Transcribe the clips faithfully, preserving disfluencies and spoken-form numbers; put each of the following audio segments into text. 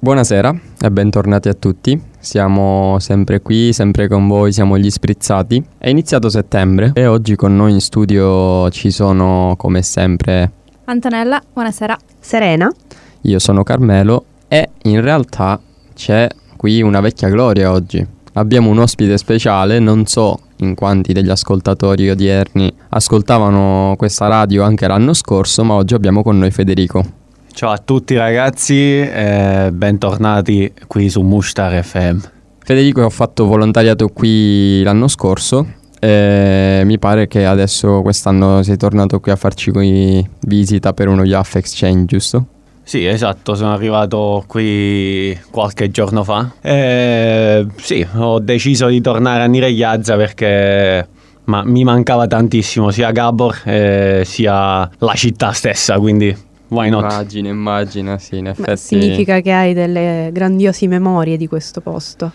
Buonasera e bentornati a tutti. Siamo sempre qui, sempre con voi, siamo gli Sprizzati. È iniziato settembre e oggi con noi in studio ci sono, come sempre, Antonella, buonasera. Serena. Io sono Carmelo e in realtà c'è qui una vecchia gloria oggi. Abbiamo un ospite speciale, non so in quanti degli ascoltatori odierni ascoltavano questa radio anche l'anno scorso, ma oggi abbiamo con noi Federico. Ciao a tutti ragazzi e bentornati qui su Mushtar F M. Federico ha fatto volontariato qui l'anno scorso e mi pare che adesso quest'anno sei tornato qui a farci qui visita per uno Y A F Exchange, giusto? Sì, esatto, sono arrivato qui qualche giorno fa e sì, ho deciso di tornare a Nireghiazza perché ma, mi mancava tantissimo sia Gabor eh, sia la città stessa, quindi why not? Immagina, immagina, sì, in effetti. Beh, significa che hai delle grandiosi memorie di questo posto.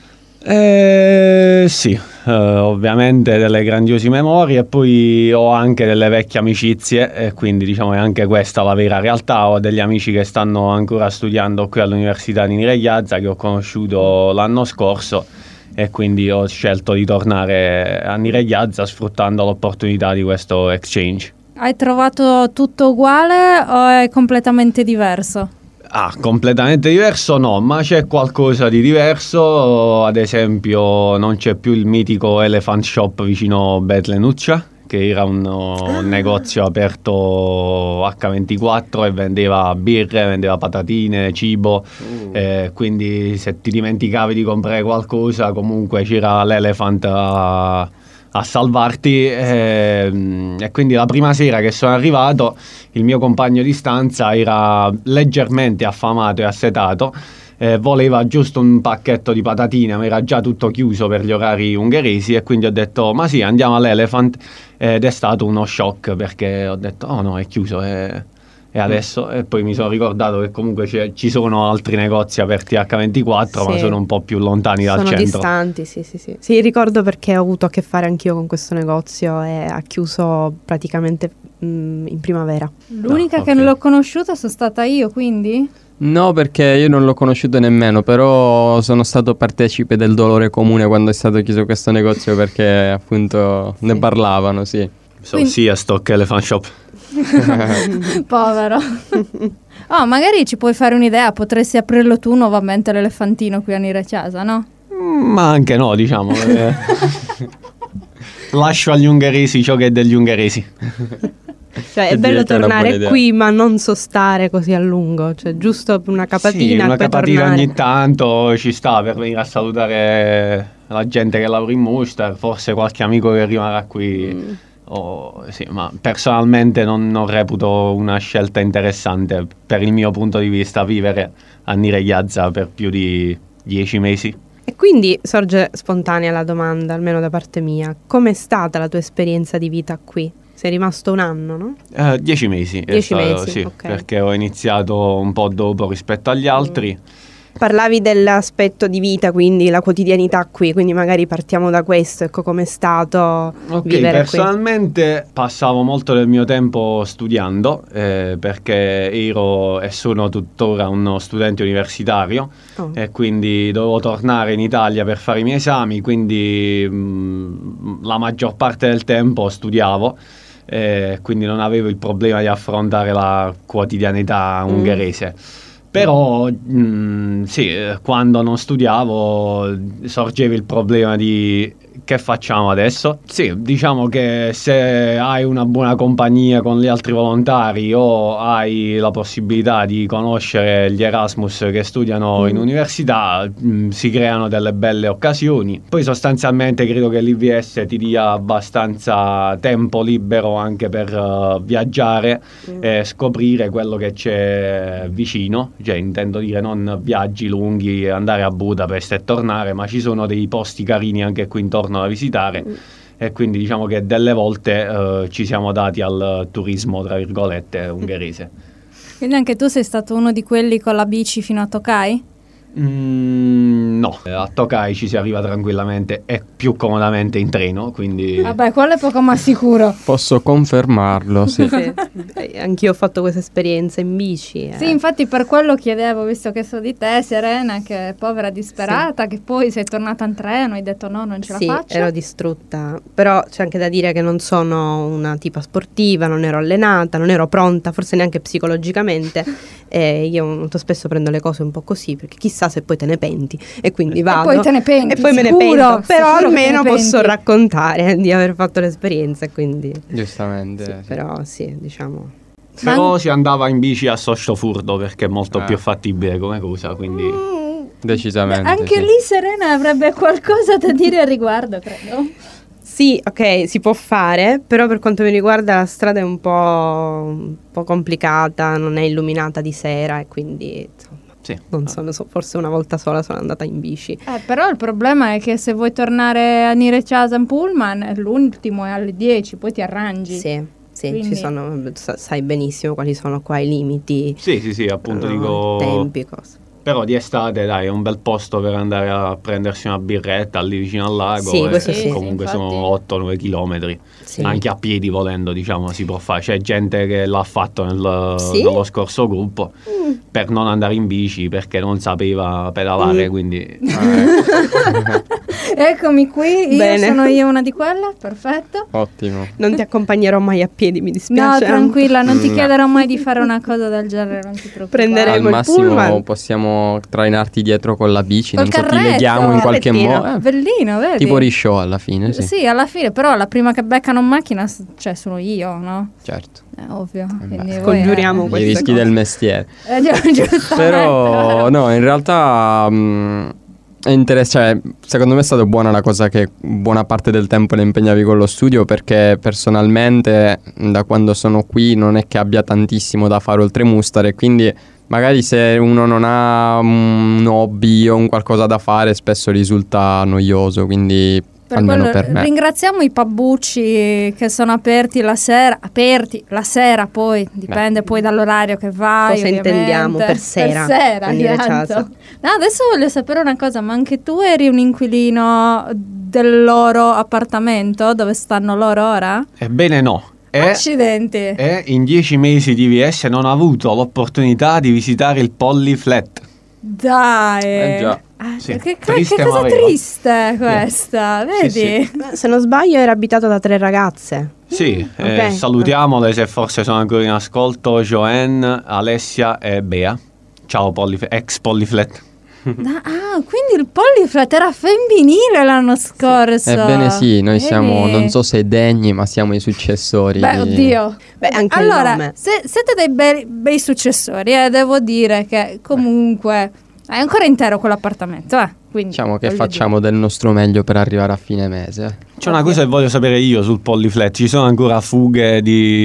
Eh, sì, eh, ovviamente delle grandiosi memorie e poi ho anche delle vecchie amicizie e quindi diciamo è anche questa la vera realtà. Ho degli amici che stanno ancora studiando qui all'Università di Nireghiazza che ho conosciuto l'anno scorso e quindi ho scelto di tornare a Nireghiazza sfruttando l'opportunità di questo exchange. Hai trovato tutto uguale o è completamente diverso? Ah, completamente diverso no, ma c'è qualcosa di diverso. Ad esempio non c'è più il mitico Elephant Shop vicino Betlenuccia, che era un, un negozio aperto acca ventiquattro e vendeva birre, vendeva patatine, cibo, uh. eh, quindi se ti dimenticavi di comprare qualcosa comunque c'era l'Elephant a... a salvarti eh, e quindi la prima sera che sono arrivato il mio compagno di stanza era leggermente affamato e assetato, eh, voleva giusto un pacchetto di patatine ma era già tutto chiuso per gli orari ungheresi e quindi ho detto ma sì andiamo all'Elephant ed è stato uno shock perché ho detto oh no è chiuso e, e adesso e poi mi sono ricordato che comunque c'è, ci sono altri negozi aperti acca ventiquattro sì. Ma sono un po' più lontani dal sono centro. Sono distanti, sì sì sì. Sì, ricordo perché ho avuto a che fare anch'io con questo negozio e ha chiuso praticamente mh, in primavera. L'unica ah, che okay. non l'ho conosciuta sono stata io, quindi? No, perché io non l'ho conosciuto nemmeno, però sono stato partecipe del dolore comune quando è stato chiuso questo negozio perché appunto sì. ne parlavano, sì. So quindi... sia stock Elephant Shop. Povero. Oh, magari ci puoi fare un'idea, potresti aprirlo tu nuovamente l'elefantino qui a Nireghiazza, no? Ma anche no, diciamo. eh. Lascio agli ungheresi ciò che è degli ungheresi. Cioè è bello tornare qui ma non sostare così a lungo, cioè giusto una capatina sì, una poi capatina tornare. Ogni tanto ci sta per venire a salutare la gente che lavora in Mushtar, forse qualche amico che rimarrà qui. Mm. Oh, sì, ma personalmente non, non reputo una scelta interessante per il mio punto di vista vivere a Nireghiazza per più di dieci mesi. E quindi sorge spontanea la domanda, almeno da parte mia, com'è stata la tua esperienza di vita qui? Sei rimasto un anno, no? Uh, dieci mesi. Dieci stato, mesi, sì, okay. Perché ho iniziato un po' dopo rispetto agli altri. Mm. Parlavi dell'aspetto di vita, quindi la quotidianità qui, quindi magari partiamo da questo, ecco com'è stato okay, vivere personalmente qui. Passavo molto del mio tempo studiando eh, perché ero e sono tuttora uno studente universitario oh. e quindi dovevo tornare in Italia per fare i miei esami, quindi mh, la maggior parte del tempo studiavo. Eh, quindi non avevo il problema di affrontare la quotidianità mm. ungherese. Però mh, sì, quando non studiavo sorgeva il problema di che facciamo adesso? Sì, diciamo che se hai una buona compagnia con gli altri volontari o hai la possibilità di conoscere gli Erasmus che studiano mm. in università, mh, si creano delle belle occasioni. Poi sostanzialmente credo che l'I V S ti dia abbastanza tempo libero anche per uh, viaggiare mm. e scoprire quello che c'è vicino. Cioè, intendo dire non viaggi lunghi, andare a Budapest e tornare, ma ci sono dei posti carini anche qui intorno da visitare mm. e quindi diciamo che delle volte uh, ci siamo dati al turismo tra virgolette ungherese. Quindi anche tu sei stato uno di quelli con la bici fino a Tokai? Mm, no, a Tokai ci si arriva tranquillamente e più comodamente in treno, quindi... Vabbè, quello è poco ma sicuro. Posso confermarlo, sì. Sì. Eh, Anch'io ho fatto questa esperienza in bici. eh. Sì, infatti per quello chiedevo, visto che so di te, Serena, che è povera disperata, che poi sei tornata in treno e hai detto no, non ce Sì, la faccio. ero distrutta, però c'è anche da dire che non sono una tipa sportiva, non ero allenata, non ero pronta, forse neanche psicologicamente, e io molto spesso prendo le cose un po' così, perché chissà se poi te ne penti, e quindi vado. E poi te ne penti, E poi me ne sicuro, pento, però sicuro che almeno te ne posso penti. raccontare di aver fatto l'esperienza, e quindi... Giustamente. Sì, sì. però sì, diciamo... Però si andava in bici a Sostofurdo perché è molto Eh. più fattibile come cosa, quindi... Mm, Decisamente. Anche sì. lì Serena avrebbe qualcosa da dire al riguardo, credo. Sì, ok, si può fare, però per quanto mi riguarda la strada è un po', un po' complicata, non è illuminata di sera, e quindi insomma, Sì. non so, ne so, forse una volta sola sono andata in bici. Eh, però il problema è che se vuoi tornare a Nirechasa in Pullman, l'ultimo è alle dieci, poi ti arrangi. Sì, sì, Quindi- ci sono, sa- sai benissimo quali sono qua i limiti, Sì, sì, sì, appunto no, dico... tempi, cose. Però di estate, dai, è un bel posto per andare a prendersi una birretta lì vicino al lago. Sì, e questo sì. comunque Sì, sono infatti. otto nove chilometri. Sì. Anche a piedi volendo, diciamo, si può fare. C'è gente che l'ha fatto nel- Sì? nello scorso gruppo Mm. per non andare in bici perché non sapeva pedalare, Mm. quindi... Eccomi qui, io Bene. sono io una di quelle, perfetto. Ottimo. Non ti accompagnerò mai a piedi, mi No, dispiace. tranquilla, non ti No. chiederò mai di fare una cosa del genere, non ti preoccupare. Prenderemo Al il massimo pullman. possiamo trainarti dietro con la bici, Col non so, ti carretto. leghiamo in qualche Carrettino. modo. Eh, Bellino, vedi? tipo rishow alla fine, sì. Sì, alla fine, però la prima che beccano in macchina, s- cioè sono io, no? Certo. È ovvio. beh, Quindi voi, Congiuriamo eh, I queste rischi cose. del mestiere. eh, gi- giustamente. Però no, in realtà mh, è interessante, cioè, secondo me è stata buona la cosa che buona parte del tempo la impegnavi con lo studio, perché personalmente da quando sono qui non è che abbia tantissimo da fare oltre Mustare, quindi magari se uno non ha un hobby o un qualcosa da fare spesso risulta noioso, quindi Per almeno quello per me. ringraziamo i pabbucci che sono aperti la sera, aperti la sera, poi dipende poi dall'orario che vai. Cosa ovviamente. intendiamo per sera, Per sera, a Nirechasa? esatto. No, adesso voglio sapere una cosa, ma anche tu eri un inquilino del loro appartamento dove stanno loro ora? Ebbene no. E, Accidenti. e in dieci mesi di V S non ho avuto l'opportunità di visitare il Polyflat. Dai. Eh già. Ah, Sì, che, che- triste che ma cosa vero. triste questa, vedi? Sì, sì. Beh, se non sbaglio era abitato da tre ragazze. Sì, eh, ok. salutiamole se forse sono ancora in ascolto, Joanne, Alessia e Bea. Ciao Polyf- ex Polyflat. Da- ah, quindi il Polyflat era femminile l'anno scorso. Ebbene sì, noi Vedi? siamo, non so se degni, ma siamo i successori. Beh, di- oddio. Beh, anche il allora, nome. se- siete dei bei, bei successori, eh, devo dire che comunque è ancora intero quell'appartamento, eh. Quindi, Diciamo che voglio facciamo del nostro meglio per arrivare a fine mese. eh. C'è una cosa che voglio sapere io sul Polyflat. Ci sono ancora fughe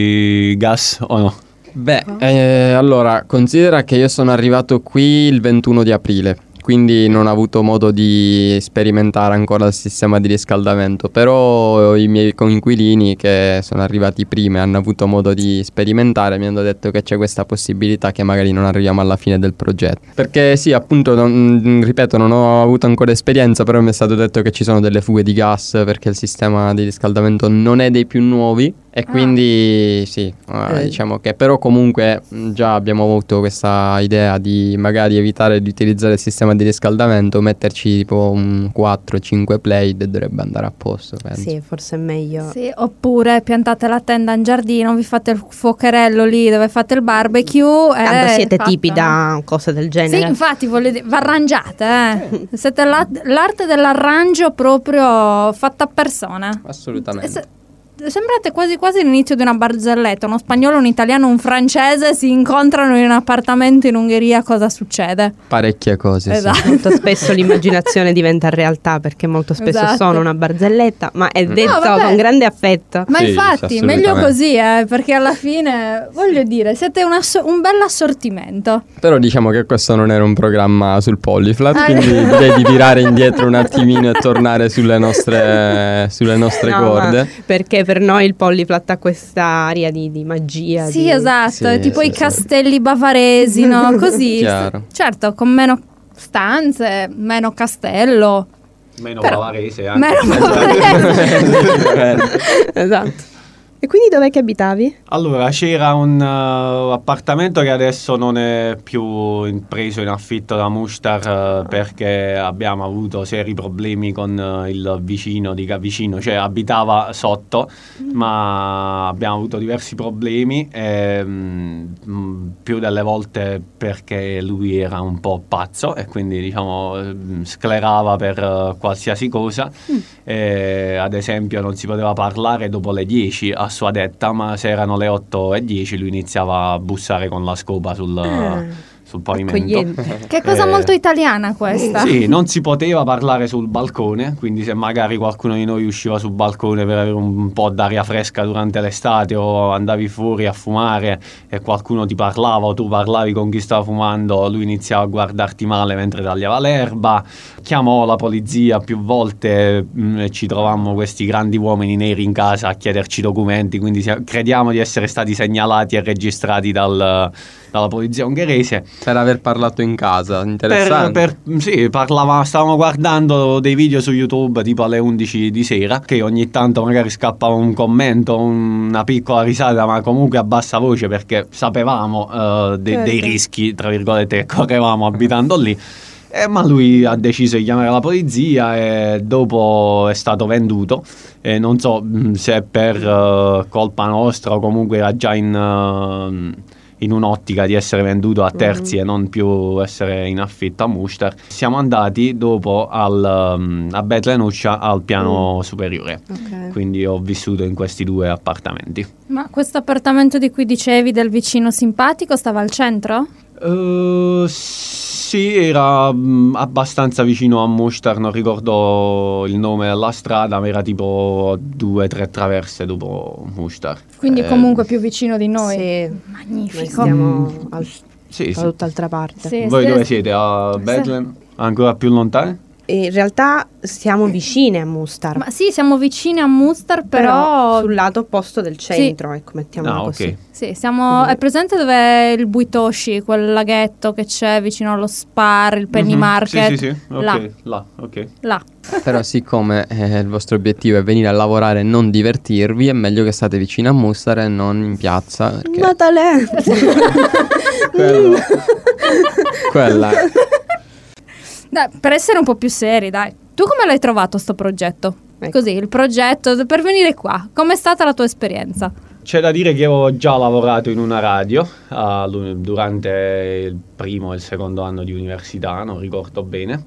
di gas o no? Beh, eh, allora, considera che io sono arrivato qui il ventuno di aprile, quindi non ho avuto modo di sperimentare ancora il sistema di riscaldamento, però i miei coinquilini che sono arrivati prima e hanno avuto modo di sperimentare mi hanno detto che c'è questa possibilità che magari non arriviamo alla fine del progetto. Perché sì, appunto, non- ripeto, non ho avuto ancora esperienza, però mi è stato detto che ci sono delle fughe di gas perché il sistema di riscaldamento non è dei più nuovi. E quindi sì, eh, Eh. diciamo che però comunque mh, già abbiamo avuto questa idea di magari evitare di utilizzare il sistema di riscaldamento, metterci tipo un quattro cinque plate e dovrebbe andare a posto, penso. Sì, forse è meglio. Sì, oppure piantate la tenda in giardino, vi fate il fuocherello lì dove fate il barbecue. Tanto e siete fatto, tipi no? da cose del Sì, genere. infatti, voglio dire, vi arrangiate, eh. Siete la- l'arte dell'arrangio proprio fatta a persona. Assolutamente. Se- sembrate quasi quasi l'inizio di una barzelletta. Uno spagnolo, un italiano, un francese si incontrano in un appartamento in Ungheria, cosa succede? Parecchie cose, sì. Esatto. Molto spesso l'immaginazione diventa realtà, perché molto spesso Esatto. sono una barzelletta, ma è detto vabbè. con grande affetto. Ma Sì, infatti, sì, meglio assolutamente. così, eh, perché alla fine, voglio dire, siete un, asso- un bel assortimento. Però diciamo che questo non era un programma sul Polyflat, Ah, quindi direi di tirare indietro un attimino e tornare sulle nostre, sulle nostre No, corde. ma perché per noi il Polyflat ha questa aria di, di magia. Sì, di- esatto, Sì, tipo sì, i sì. castelli bavaresi, no? Così. Chiaro. Certo, con meno stanze, meno castello. Meno Però, bavarese anche. Meno bavarese. Esatto. E quindi dov'è che abitavi? Allora, c'era un uh, appartamento che adesso non è più in, preso in affitto da Mustar uh, perché abbiamo avuto seri problemi con uh, il vicino di vicino, cioè abitava sotto, mm. ma abbiamo avuto diversi problemi, e, mh, più delle volte perché lui era un po' pazzo e quindi diciamo sclerava per uh, qualsiasi cosa, mm. e, ad esempio non si poteva parlare dopo le dieci a sua detta, ma se erano le otto e dieci lui iniziava a bussare con la scopa sul, ah, sul pavimento. Che cosa eh, molto italiana questa. Sì, non si poteva parlare sul balcone, quindi se magari qualcuno di noi usciva sul balcone per avere un po' d'aria fresca durante l'estate o andavi fuori a fumare e qualcuno ti parlava o tu parlavi con chi stava fumando, lui iniziava a guardarti male mentre tagliava l'erba. Chiamò la polizia più volte mh, e ci trovammo questi grandi uomini neri in casa a chiederci documenti, quindi si- crediamo di essere stati segnalati e registrati dal, dalla polizia ungherese per aver parlato in casa. Interessante. Per, per, sì, parlava, stavamo guardando dei video su YouTube tipo alle undici di sera, che ogni tanto magari scappava un commento, una piccola risata, ma comunque a bassa voce perché sapevamo uh, de- certo. dei rischi, tra virgolette, che correvamo abitando lì. Eh, ma lui ha deciso di chiamare la polizia e dopo è stato venduto, e non so se per uh, colpa nostra o comunque era già in, uh, in un'ottica di essere venduto a terzi mm-hmm. e non più essere in affitto a Mustar. Siamo andati dopo al, um, a Betlenuccia al piano mm. superiore, okay. Quindi ho vissuto in questi due appartamenti. Ma questo appartamento di cui dicevi del vicino simpatico stava al centro? Uh, sì, era mh, abbastanza vicino a Mustar, non ricordo il nome della strada, ma era tipo due o tre traverse dopo Mustar. Quindi eh, comunque più vicino di noi. Sì. Magnifico. Noi stiamo al, sì, da sì. tutt'altra parte. Sì, voi sì, dove siete? A Bethlehem? Ancora più lontani? In realtà siamo vicine a Mustar. Ma sì, siamo vicine a Mustar, però, però sul lato opposto del centro, sì. Ecco, mettiamola ah, così. Okay. Sì, siamo. È presente dov'è il Buitoshi, quel laghetto che c'è vicino allo Spar, il Penny mm-hmm. Market? Sì, sì, sì. Okay. Là. Là, ok. Là. Però siccome eh, il vostro obiettivo è venire a lavorare e non divertirvi, è meglio che state vicino a Mustar e non in piazza. Perché... Ma talento! Quello... Quella... Dai, per essere un po' più seri, dai. Tu come l'hai trovato sto progetto? Ecco. Così, il progetto per venire qua. Com'è stata la tua esperienza? C'è da dire che ho già lavorato in una radio uh, durante il primo e il secondo anno di università, non ricordo bene.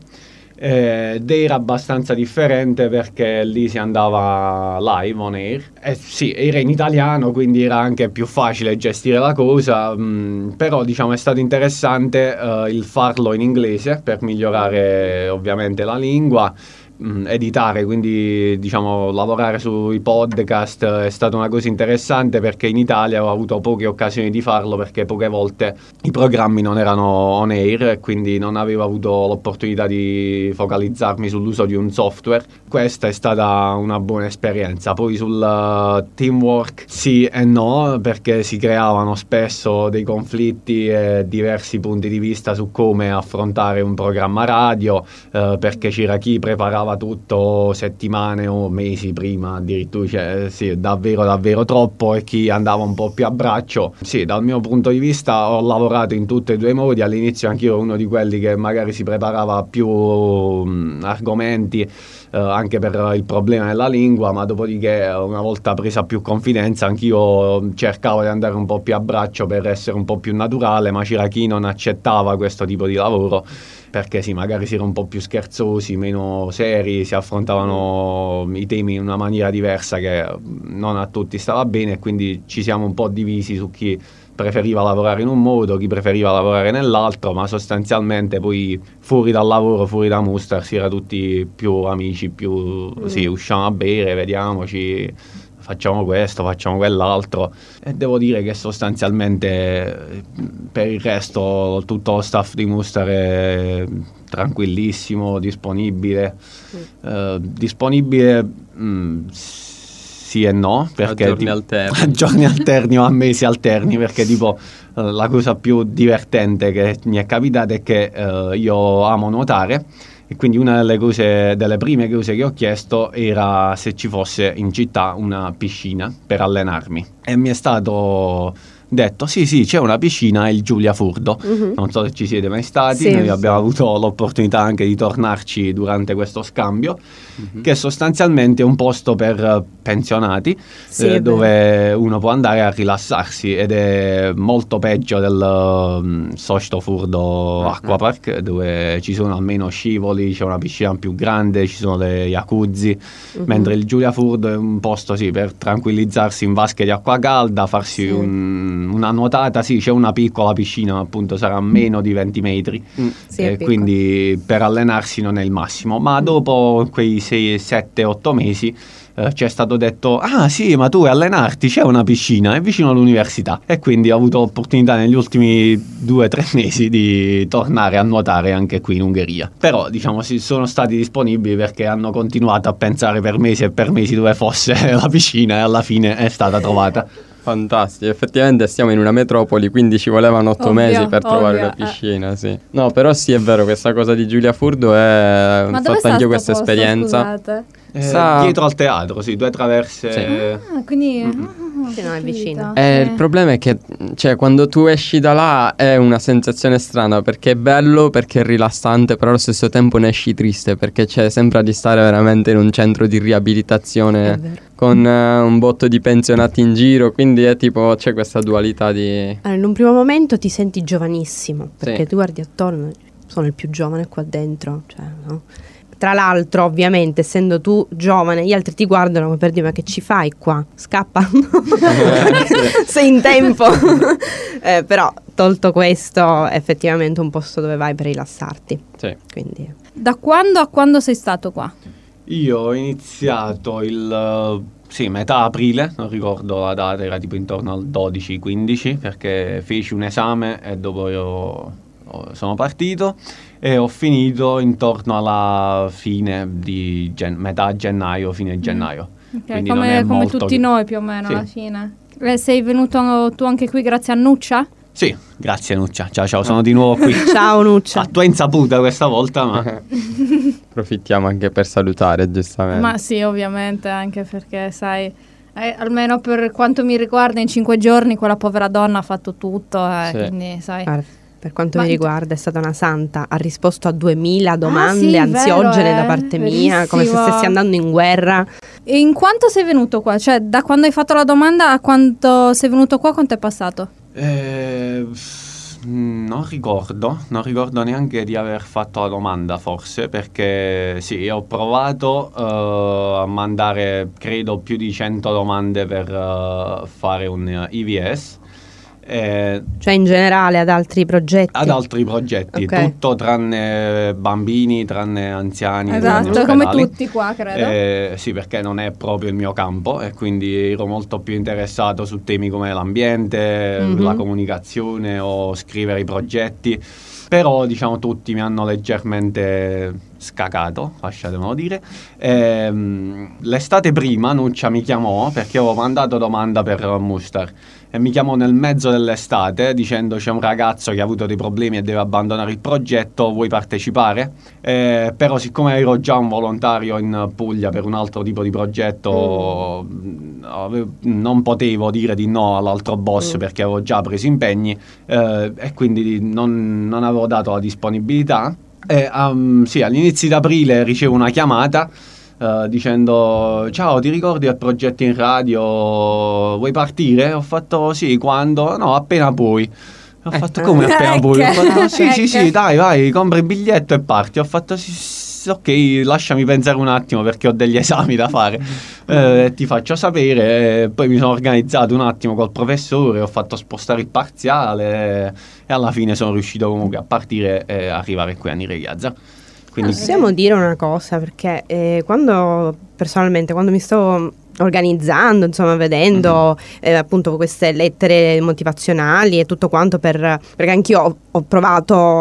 Ed era abbastanza differente perché lì si andava live on air, eh, sì, era in italiano, quindi era anche più facile gestire la cosa, mh, però diciamo è stato interessante uh, il farlo in inglese per migliorare ovviamente la lingua, mh, editare, quindi diciamo lavorare sui podcast è stata una cosa interessante perché in Italia ho avuto poche occasioni di farlo perché poche volte i programmi non erano on air e quindi non avevo avuto l'opportunità di focalizzarmi sull'uso di un software. Questa è stata una buona esperienza. Poi sul uh, teamwork sì e no, perché si creavano spesso dei conflitti e diversi punti di vista su come affrontare un programma radio, uh, perché c'era chi preparava tutto settimane o mesi prima addirittura, cioè, sì, davvero davvero troppo, e chi andava un po' più a braccio. Sì, dal mio punto di vista ho lavorato in tutti e due i modi. All'inizio anch'io ero uno di quelli che magari si preparava più mh, argomenti eh, anche per il problema della lingua, ma dopodiché una volta presa più confidenza anch'io cercavo di andare un po' più a braccio per essere un po' più naturale, ma c'era chi non accettava questo tipo di lavoro perché sì, magari si era un po' più scherzosi, meno seri, si affrontavano i temi in una maniera diversa che non a tutti stava bene, e quindi ci siamo un po' divisi su chi preferiva lavorare in un modo, chi preferiva lavorare nell'altro, ma sostanzialmente poi fuori dal lavoro, fuori da Mustar, si era tutti più amici, più mm. sì, usciamo a bere, vediamoci, facciamo questo, facciamo quell'altro, e devo dire che sostanzialmente per il resto tutto lo staff di Mustar è tranquillissimo, disponibile, mm. eh, disponibile mh, sì e no, perché a giorni tipo, alterni a giorni alterni o a mesi alterni, perché tipo la cosa più divertente che mi è capitata è che uh, io amo nuotare, e quindi una delle cose, delle prime cose che ho chiesto era se ci fosse in città una piscina per allenarmi, e mi è stato detto sì sì c'è una piscina, è il Giulia Furdo. Uh-huh. Non so se ci siete mai stati, sì, noi sì. abbiamo avuto l'opportunità anche di tornarci durante questo scambio, uh-huh. che sostanzialmente è un posto per pensionati, sì, eh, dove uno può andare a rilassarsi, ed è molto peggio del um, Sosto Furdo uh-huh. Aquapark, dove ci sono almeno scivoli, c'è una piscina più grande, ci sono le jacuzzi, uh-huh. mentre il Giulia Furdo è un posto sì per tranquillizzarsi in vasche di acqua calda, farsi sì. un una nuotata, sì c'è una piccola piscina, ma appunto sarà meno di venti metri, mm. sì, eh, quindi per allenarsi non è il massimo, ma dopo quei sei, sette, otto mesi eh, ci è stato detto ah sì ma tu vuoi allenarti, c'è una piscina, è vicino all'università, e quindi ho avuto opportunità negli ultimi due o tre mesi di tornare a nuotare anche qui in Ungheria. Però diciamo sì, sono stati disponibili perché hanno continuato a pensare per mesi e per mesi dove fosse la piscina, e alla fine è stata trovata. Fantastico, effettivamente stiamo in una metropoli, quindi ci volevano otto ovvio, mesi per ovvio, trovare una piscina, eh. sì. No, però sì, è vero, questa cosa di Giulia Furdo è... Ma ho fatto anche io questa posto, esperienza. Scusate? Eh, Sa... Dietro al teatro, sì, due traverse. Sì. Ah, quindi... Mm-hmm. Sì, no, è vicino. Eh, eh. Il problema è che, cioè, quando tu esci da là è una sensazione strana, perché è bello, perché è rilassante, però allo stesso tempo ne esci triste, perché cioè, sembra di stare veramente in un centro di riabilitazione con uh, un botto di pensionati in giro, quindi è tipo, c'è questa dualità di... Allora, in un primo momento ti senti giovanissimo, perché sì. tu guardi attorno, sono il più giovane qua dentro, cioè, no? Tra l'altro, ovviamente, essendo tu giovane, gli altri ti guardano come per dire: ma che ci fai qua? Scappa. Sei in tempo. eh, però, tolto questo, effettivamente è un posto dove vai per rilassarti. Sì. Quindi. Da quando a quando sei stato qua? Io ho iniziato il... Sì, metà aprile, non ricordo la data, era tipo intorno al dodici quindici, perché feci un esame e dopo io sono partito, e ho finito intorno alla fine di gen- metà gennaio, fine gennaio. Okay, come, come molto... tutti noi più o meno, sì. alla fine. E sei venuto tu anche qui grazie a Nuccia? Sì, grazie Nuccia. Ciao ciao, sono di nuovo qui. Ciao Nuccia. A tua insaputa questa volta, ma approfittiamo anche per salutare, giustamente. Ma sì, ovviamente, anche perché sai, eh, almeno per quanto mi riguarda, in cinque giorni quella povera donna ha fatto tutto, eh, sì. quindi sai. Guarda, per quanto ma mi riguarda è stata una santa, ha risposto a duemila domande ah, sì, ansiogene vero, da eh? parte Verissimo. mia, come se stessi andando in guerra. E in quanto sei venuto qua? Cioè, da quando hai fatto la domanda a quando sei venuto qua, quanto è passato? Eh, non ricordo, non ricordo neanche di aver fatto la domanda, forse, perché sì, ho provato uh, a mandare, credo, più di cento domande per uh, fare un I V S. Eh, cioè in generale ad altri progetti? Ad altri progetti, okay. Tutto tranne bambini, tranne anziani. Esatto, tranne come tutti qua, credo. Eh, sì, perché non è proprio il mio campo, e quindi ero molto più interessato su temi come l'ambiente, mm-hmm. la comunicazione o scrivere i progetti. Però diciamo tutti mi hanno leggermente scacato, lasciatemelo dire. Ehm, l'estate prima Nuccia mi chiamò perché avevo mandato domanda per Mustar, e mi chiamò nel mezzo dell'estate dicendo: c'è un ragazzo che ha avuto dei problemi e deve abbandonare il progetto, vuoi partecipare? Eh, però siccome ero già un volontario in Puglia per un altro tipo di progetto, mm. avevo, non potevo dire di no all'altro boss mm. perché avevo già preso impegni, eh, e quindi non, non avevo dato la disponibilità. E um, sì, all'inizio di aprile ricevo una chiamata Uh, dicendo: ciao, ti ricordi del progetto in radio, vuoi partire? Ho fatto sì, quando? No, appena puoi. Ho fatto come appena puoi? Ho fatto sì, sì, sì, dai, vai, compra il biglietto e parti. Ho fatto sì, sì, ok, lasciami pensare un attimo perché ho degli esami da fare, eh, ti faccio sapere. E poi mi sono organizzato un attimo col professore, ho fatto spostare il parziale e alla fine sono riuscito comunque a partire e arrivare qui a Nireghiazza. Quindi possiamo dire una cosa, perché eh, quando personalmente quando mi stavo organizzando, insomma, vedendo mm-hmm. eh, appunto queste lettere motivazionali e tutto quanto, per perché anch'io ho, ho provato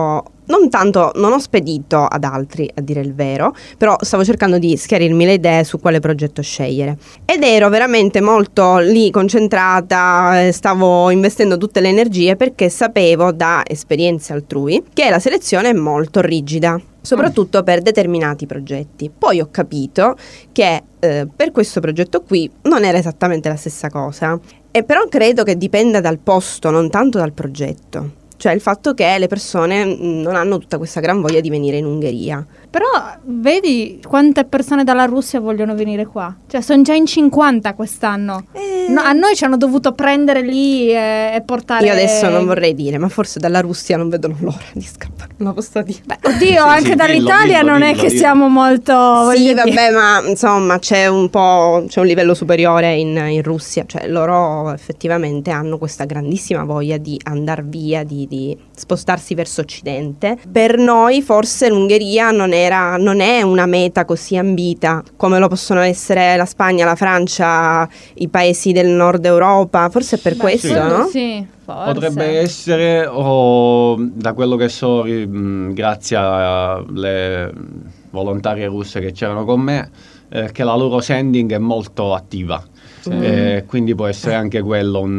non tanto, non ho spedito ad altri, a dire il vero, però stavo cercando di schiarirmi le idee su quale progetto scegliere. Ed ero veramente molto lì concentrata, stavo investendo tutte le energie perché sapevo da esperienze altrui che la selezione è molto rigida, soprattutto per determinati progetti. Poi ho capito che eh, per questo progetto qui non era esattamente la stessa cosa, e però credo che dipenda dal posto, non tanto dal progetto. Cioè il fatto che le persone mh, non hanno tutta questa gran voglia di venire in Ungheria. Però vedi quante persone dalla Russia vogliono venire qua. Cioè sono già in cinquanta quest'anno. Eh. No, a noi ci hanno dovuto prendere lì e, e portare... Io adesso non vorrei dire, ma forse dalla Russia non vedono l'ora di scappare. Non lo posso dire. Beh, oddio, Sì, anche sì, dall'Italia dillo, non dillo, è che dillo. siamo molto... Sì, voglio vabbè, dire. ma insomma c'è un po', c'è un livello superiore in, in Russia. Cioè loro effettivamente hanno questa grandissima voglia di andare via, di, di spostarsi verso occidente. Per noi forse l'Ungheria non era, non è una meta così ambita come lo possono essere la Spagna, la Francia, i paesi del nord Europa. Forse è per Beh, questo, quello no? Sì, forse. Potrebbe essere, o da quello che so, ri- mh, grazie alle volontarie russe che c'erano con me, eh, che la loro sending è molto attiva. Mm. Eh, quindi può essere anche quello un,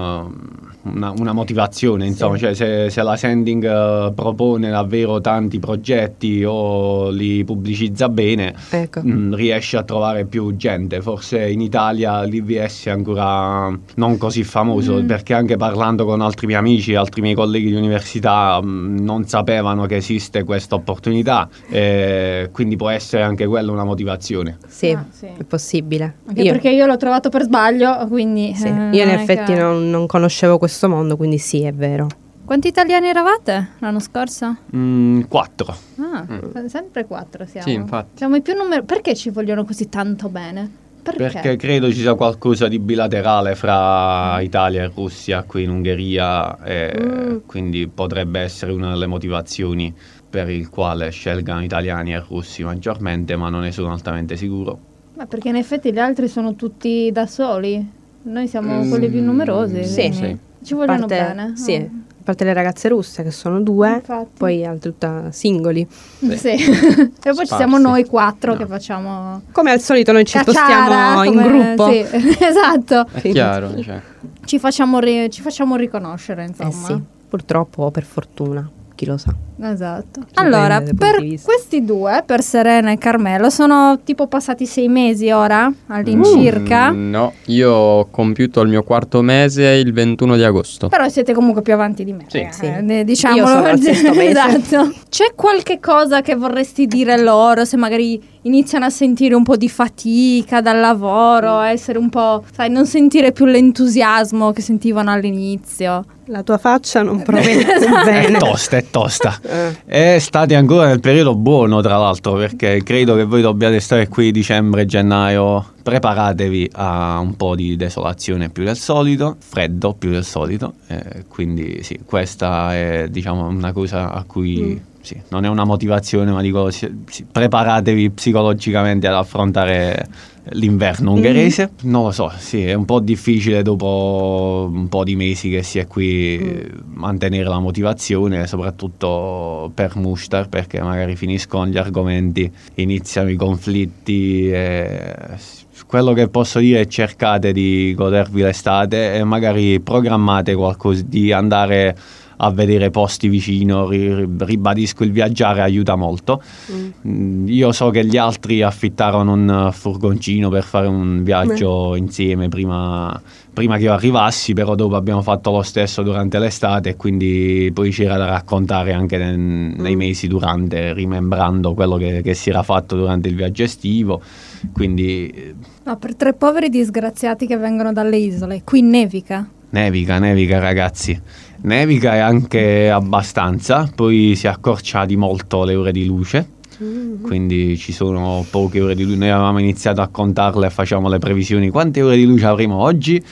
uh, una, una motivazione, insomma, Sì. cioè se, se la sending uh, propone davvero tanti progetti o li pubblicizza bene, Ecco. mh, riesce a trovare più gente. Forse in Italia l'I V S è ancora non così famoso, Mm. perché anche parlando con altri miei amici, altri miei colleghi di università, mh, non sapevano che esiste questa opportunità, eh, quindi può essere anche quella una motivazione. Sì, Ah, sì. è possibile. Anche Io- perché io l'ho trovato per sbaglio, quindi... Sì, eh, io non in è effetti che- non, non conoscevo questo mondo, quindi sì, è vero. Quanti italiani eravate l'anno scorso? Mm, quattro. Ah, Mm. sempre quattro siamo. Sì, infatti. Siamo i più numeri. Perché ci vogliono così tanto bene? Perché? Perché credo ci sia qualcosa di bilaterale fra Italia e Russia qui in Ungheria, e Mm. quindi potrebbe essere una delle motivazioni per il quale scelgano italiani e russi maggiormente, ma non ne sono altamente sicuro. Ma perché in effetti gli altri sono tutti da soli. Noi siamo Mm, quelli più numerosi. sì, quindi sì. Ci vogliono A parte- bene. Sì, oh. a parte le ragazze russe che sono due, Infatti. poi altri tutta singoli. Sì. e poi ci siamo Sparsi. noi quattro No. che facciamo Come al solito noi ci cacciara, spostiamo in come- gruppo. Sì, esatto. È Sì. chiaro, cioè. Ci facciamo, ri- ci facciamo riconoscere, Eh insomma. sì, purtroppo o per fortuna, chi lo sa. Esatto. Dipende Allora, dai punti per di vista. questi due, per Serena e Carmelo, sono tipo passati sei mesi ora, all'incirca. Mm, no, io ho compiuto il mio quarto mese il ventuno di agosto. Però siete comunque più avanti di me. Sì. eh, Sì. eh, diciamolo. Io sono al sesto mese. Esatto. C'è qualche cosa che vorresti dire loro se magari iniziano a sentire un po' di fatica dal lavoro, a essere un po', sai, non sentire più l'entusiasmo che sentivano all'inizio? La tua faccia non promette È bene. tosta, è tosta. Eh. E state ancora nel periodo buono, tra l'altro, perché credo che voi dobbiate stare qui dicembre, gennaio. Preparatevi a un po' di desolazione più del solito, freddo più del solito, eh, quindi sì, questa è, diciamo, una cosa a cui Mm. sì, non è una motivazione, ma dico sì, sì, preparatevi psicologicamente ad affrontare l'inverno ungherese. Non lo so, sì, è un po' difficile dopo un po' di mesi che si è qui eh, mantenere la motivazione, soprattutto per Mushtar, perché magari finiscono gli argomenti, iniziano i conflitti e quello che posso dire è cercate di godervi l'estate e magari programmate qualcosa di andare a vedere posti vicino. ri- ribadisco, il viaggiare aiuta molto. Mm. Mm, Io so che gli altri affittarono un furgoncino per fare un viaggio insieme prima, prima che io arrivassi, però dopo abbiamo fatto lo stesso durante l'estate e quindi poi c'era da raccontare anche nel- nei Mm. mesi durante, rimembrando quello che, che si era fatto durante il viaggio estivo. Quindi eh, No, per tre poveri disgraziati che vengono dalle isole. Qui nevica. nevica, nevica ragazzi. Nevica e anche abbastanza, poi si accorcia di molto le ore di luce. Mm. Quindi ci sono poche ore di luce. Noi avevamo iniziato a contarle e facciamo le previsioni. Quante ore di luce avremo oggi?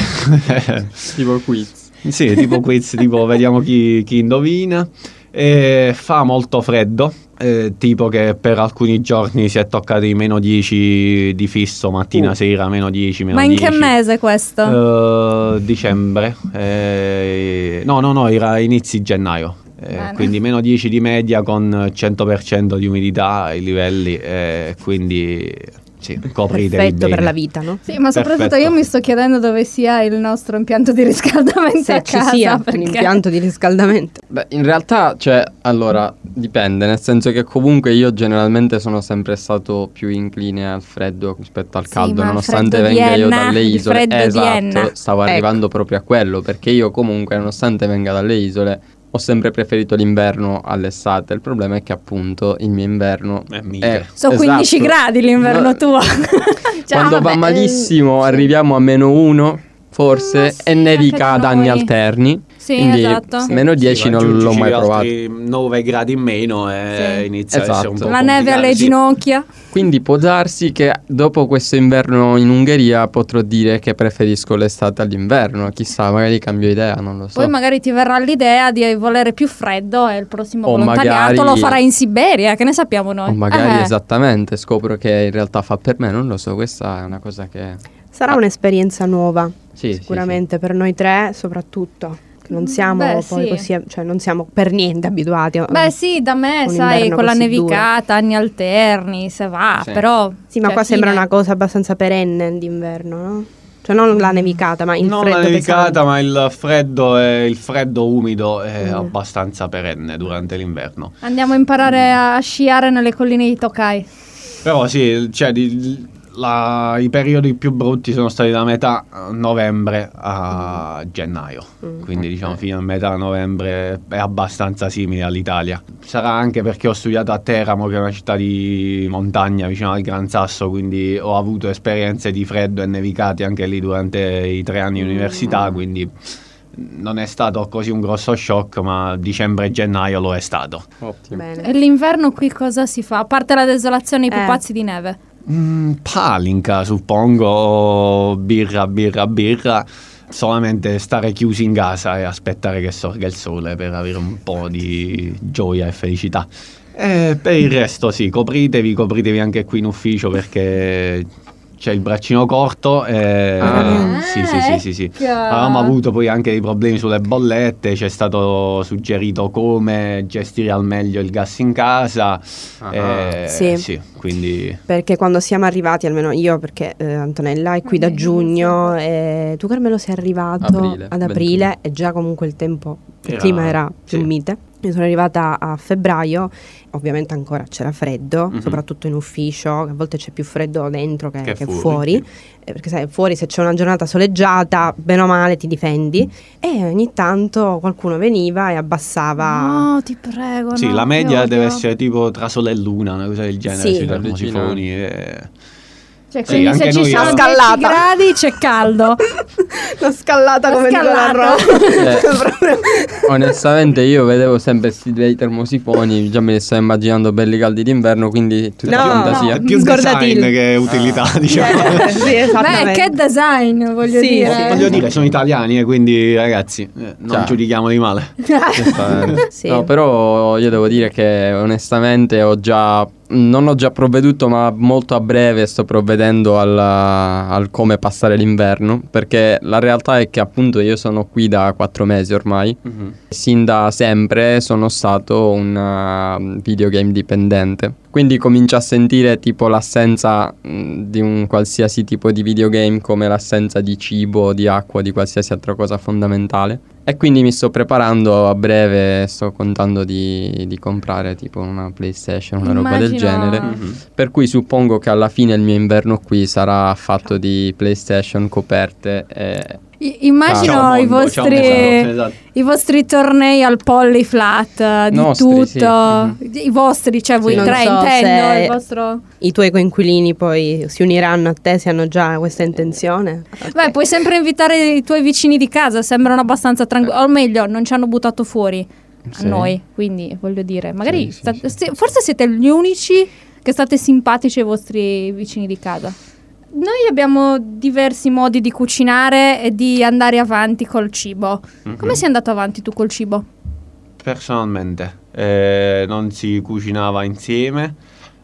Tipo quiz. Sì, tipo quiz, tipo vediamo chi, chi indovina. E fa molto freddo, eh, tipo che per alcuni giorni si è toccati meno dieci di fisso, mattina, Uh. sera, meno dieci, meno Ma in dieci. che mese questo? Eh, dicembre. Eh, no, no, no, era inizi gennaio. Eh, quindi meno dieci di media con cento per cento di umidità ai livelli, eh, quindi sì, copritevi perfetto bene. per la vita, no? Sì, ma soprattutto Perfetto. io mi sto chiedendo dove sia il nostro impianto di riscaldamento Se a ci casa, sia perché... un impianto di riscaldamento. Beh, in realtà, cioè, allora, dipende, nel senso che comunque io generalmente sono sempre stato più incline al freddo rispetto al Sì, caldo, ma il nonostante freddo di venga io Enna, dalle il isole. freddo di Esatto, Enna. stavo Ecco. arrivando proprio a quello, perché io comunque, nonostante venga dalle isole, ho sempre preferito l'inverno all'estate. Il problema è che appunto il mio inverno È mite. Sono quindici esatto. gradi l'inverno No, tuo. Ciao, Quando va vabbè, malissimo eh, sì. arriviamo a meno uno, forse, Ma sì, e nevica anche ad da anni noi. alterni. Sì, quindi esatto. Sì. meno dieci Sì, non l'ho raggiungici mai provato. altri nove gradi in meno e Sì. inizia a Esatto. essere un po' La neve alle complicato, sì. ginocchia. Quindi può darsi che dopo questo inverno in Ungheria potrò dire che preferisco l'estate all'inverno. Chissà, magari cambio idea, non lo so. Poi magari ti verrà l'idea di volere più freddo e il prossimo O volontariato magari- lo farai in Siberia, che ne sappiamo noi. O magari Eh. esattamente scopro che in realtà fa per me, non lo so, questa è una cosa che... Sarà un'esperienza nuova, Sì, sì, sicuramente per noi tre soprattutto. che Non siamo Beh, poi sì. così, cioè non siamo per niente abituati. a- Beh sì, da me, un sai, inverno con la così nevicata, anni alterni, se va, Sì. però... Sì, ma cioè, qua sembra fine. una cosa abbastanza perenne d'inverno, no? Cioè non la nevicata, ma il Non freddo la nevicata, pesante. ma il freddo, è, il freddo umido è Mm. abbastanza perenne durante l'inverno. Andiamo a imparare a sciare nelle colline di Tokai. Però sì, cioè, di- la- i periodi più brutti sono stati da metà novembre a gennaio. Mm. Quindi diciamo fino a metà novembre è abbastanza simile all'Italia. Sarà anche perché ho studiato a Teramo, che è una città di montagna vicino al Gran Sasso, quindi ho avuto esperienze di freddo e nevicati anche lì durante i tre anni di università, quindi non è stato così un grosso shock, ma dicembre e gennaio lo è stato. Ottimo. E Bene. l'inverno qui cosa si fa? A parte la desolazione e i Eh. pupazzi di neve. Mm, palinca, suppongo, o birra, birra, birra. Solamente stare chiusi in casa e aspettare che sorga il sole per avere un po' di gioia e felicità. E per il resto sì, copritevi, copritevi anche qui in ufficio perché c'è il braccino corto e Ah. sì, sì, sì, sì, sì. Ecco. Avevamo avuto poi anche dei problemi sulle bollette, ci è stato suggerito come gestire al meglio il gas in casa. Ah. e Sì. sì, quindi Perché quando siamo arrivati, almeno io, perché eh, Antonella è qui da giugno, e tu Carmelo sei arrivato Aprile, ad aprile e già comunque il tempo, il Era- clima era più sì. mite. Io sono arrivata a febbraio, ovviamente ancora c'era freddo, Mhm. soprattutto in ufficio, che a volte c'è più freddo dentro che, Che che fuori, fuori, sì. eh, perché sai, fuori se c'è una giornata soleggiata, bene o male ti difendi, e ogni tanto qualcuno veniva e abbassava... No, ti prego. sì, no, la che media odio. deve essere tipo tra sole e luna, una cosa del genere Sì. sui termosifoni. Vicino. e- Cioè, Sì, quindi se anche ci noi- sono Una dieci scallata. gradi c'è caldo. La scallata La come dico la scallata. Roma. Onestamente io vedevo sempre questi dei termosifoni, già me li sto immaginando belli caldi d'inverno, quindi tutta No, fantasia. È più Scordatili. design che utilità, diciamo. Eh, sì, Beh, esattamente. che design, voglio Sì, dire. sì. Voglio dire, sono italiani, e quindi ragazzi, eh, non Ciao. giudichiamo di male. Giustamente. Sì. No, però io devo dire che onestamente ho già non ho già provveduto, ma molto a breve sto provvedendo alla- al come passare l'inverno, perché la realtà è che appunto io sono qui da quattro mesi ormai. Sin da sempre sono stato un uh, videogame dipendente, quindi comincio a sentire tipo l'assenza mh, di un qualsiasi tipo di videogame, come l'assenza di cibo, di acqua, di qualsiasi altra cosa fondamentale. E quindi mi sto preparando a breve, sto contando di, di comprare tipo una PlayStation, una roba del Immagino- genere. Mhm. Per cui suppongo che alla fine il mio inverno qui sarà fatto di PlayStation, coperte e... I- Immagino Ciao, i mondo, ciao, vostri esatto, esatto. i vostri tornei al polyflat, eh, di Nostri, tutto. sì. Mhm. I vostri, cioè voi Sì, non tre so intendo, se- il vostro... I tuoi coinquilini poi si uniranno a te se hanno già questa intenzione. Beh, puoi sempre invitare i tuoi vicini di casa, sembrano abbastanza tranquilli, o meglio, non ci hanno buttato fuori a Sì. noi, quindi voglio dire, magari Sì, sì, state- sì. sì, forse siete gli unici che state simpatici ai vostri vicini di casa. Noi abbiamo diversi modi di cucinare e di andare avanti col cibo. Mhm. Come sei andato avanti tu col cibo? Personalmente eh, non si cucinava insieme,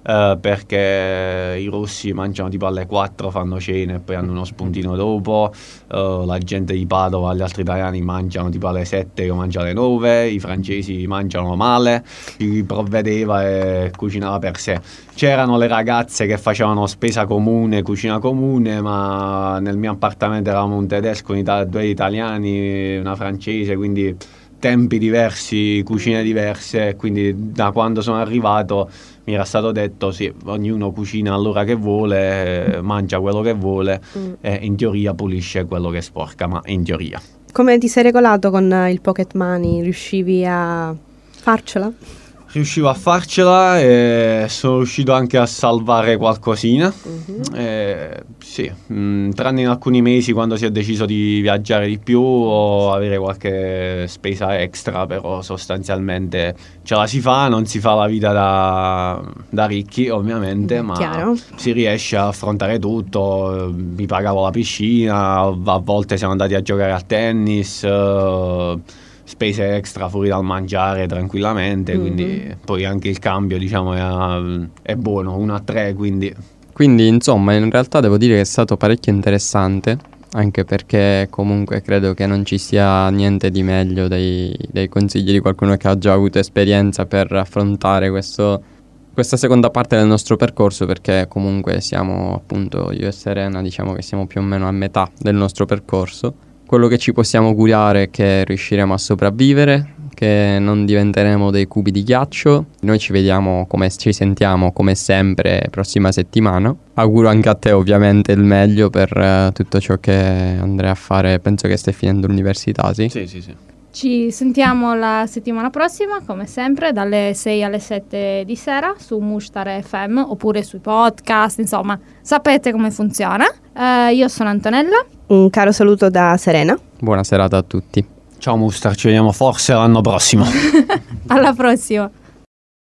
Uh, perché i russi mangiano tipo alle quattro, fanno cena e poi hanno uno spuntino dopo, uh, la gente di Padova, gli altri italiani mangiano tipo alle sette, io mangio alle nove, i francesi mangiano male, chi provvedeva e cucinava per sé. C'erano le ragazze che facevano spesa comune, cucina comune, ma nel mio appartamento eravamo un tedesco, un ita- due italiani, una francese, quindi tempi diversi, cucine diverse, quindi da quando sono arrivato mi era stato detto sì, ognuno cucina all'ora che vuole, eh, mangia quello che vuole mm. e in teoria pulisce quello che sporca, ma in teoria. Come ti sei regolato con il pocket money? Riuscivi a farcela? Riuscivo a farcela e sono riuscito anche a salvare qualcosina, uh-huh. e, sì, mh, tranne in alcuni mesi quando si è deciso di viaggiare di più o avere qualche spesa extra, però sostanzialmente ce la si fa, non si fa la vita da, da ricchi ovviamente, ma Chiaro. Si riesce a affrontare tutto. Mi pagavo la piscina, a volte siamo andati a giocare a tennis, uh, spese extra fuori dal mangiare tranquillamente, mm-hmm. quindi poi anche il cambio diciamo è, è buono, uno a tre, quindi quindi insomma in realtà devo dire che è stato parecchio interessante, anche perché comunque credo che non ci sia niente di meglio dei, dei consigli di qualcuno che ha già avuto esperienza per affrontare questo, questa seconda parte del nostro percorso, perché comunque siamo appunto io e Serena, diciamo che siamo più o meno a metà del nostro percorso. Quello che ci possiamo augurare è che riusciremo a sopravvivere, che non diventeremo dei cubi di ghiaccio. Noi ci vediamo, come ci sentiamo come sempre prossima settimana. Auguro anche a te ovviamente il meglio per uh, tutto ciò che andrai a fare. Penso che stai finendo l'università, sì? Sì, sì, sì. Ci sentiamo la settimana prossima, come sempre, dalle sei alle sette di sera su Mushtar F M oppure sui podcast, insomma, sapete come funziona. Uh, io sono Antonella. Un caro saluto da Serena. Buona serata a tutti. Ciao Mushtar, ci vediamo forse l'anno prossimo. Alla prossima.